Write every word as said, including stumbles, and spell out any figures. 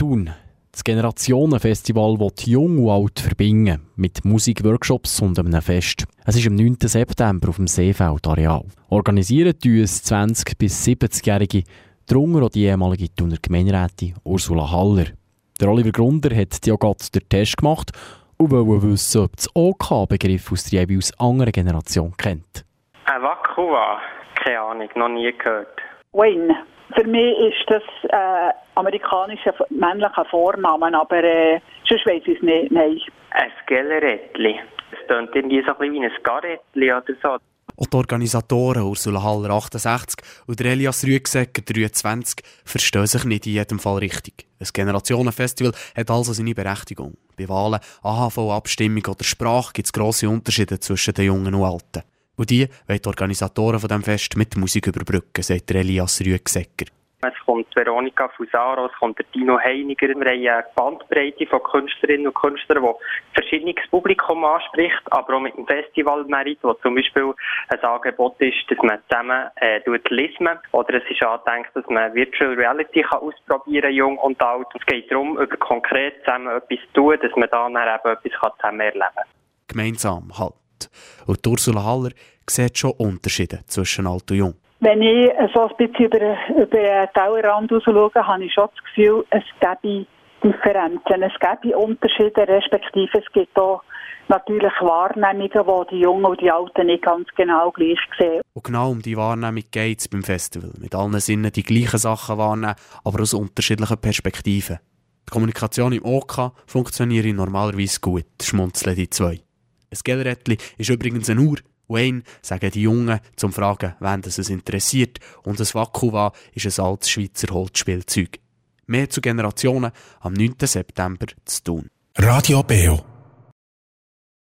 Thun. Das Generationenfestival will Jung und Alt verbinden, mit Musikworkshops und einem Fest. Es ist am neunten September auf dem Seefeld-Areal. Organisieren tun es zwanzig- bis siebzigjährige, darunter auch die ehemalige Thuner Gemeinderätin Ursula Haller. Der Oliver Grunder hat ja gerade den Test gemacht und wollte wissen, ob das OK-Begriff aus der jeweils anderen Generation kennt. Ein Wakuwa? Keine Ahnung, noch nie gehört. Wayne. Für mich ist das äh, amerikanischer männlicher Vorname, aber äh, sonst weiss ich es nicht, nein. Ein Gellerättli. Es klingt irgendwie so ein bisschen wie ein Garettli oder so. Auch die Organisatoren Ursula Haller achtundsechzig und Elias Rüegsecker dreiundzwanzig verstehen sich nicht in jedem Fall richtig. Ein Generationenfestival hat also seine Berechtigung. Bei Wahlen, A H V-Abstimmung oder Sprache gibt es grosse Unterschiede zwischen den Jungen und Alten. Und die wollen die Organisatoren von diesem Fest mit Musik überbrücken, sagt Elias Rüegsecker. Es kommt Veronika Fusaro, es kommt der Dino Heiniger. Wir haben eine Bandbreite von Künstlerinnen und Künstlern, die verschiedenes Publikum anspricht, aber auch mit dem Festival Merit, wo zum Beispiel ein Angebot ist, dass man zusammen äh, lismet. Oder es ist angedenkt, dass man Virtual Reality kann ausprobieren kann, jung und alt. Es geht darum, über konkret zusammen etwas zu tun, dass man dann eben etwas zusammen erleben kann. Gemeinsam halt. Und Ursula Haller sieht schon Unterschiede zwischen alt und jung. Wenn ich so ein bisschen über, über den Tellerrand raus schaue, habe ich schon das Gefühl, es gäbe Differenzen, es gäbe Unterschiede, respektive es gibt auch natürlich Wahrnehmungen, wo die Jungen und die Alten nicht ganz genau gleich sehen. Und genau um die Wahrnehmung geht es beim Festival. Mit allen Sinnen die gleichen Sachen wahrnehmen, aber aus unterschiedlichen Perspektiven. Die Kommunikation im OK funktioniert normalerweise gut, schmunzeln die zwei. Ein Gellerättli ist übrigens eine Uhr. Wayne sagen die Jungen, zum Fragen, wen das es interessiert. Und ein Wakuwa ist ein altes Schweizer Holzspielzeug. Mehr zu Generationen am neunten September zu Thun. Radio Beo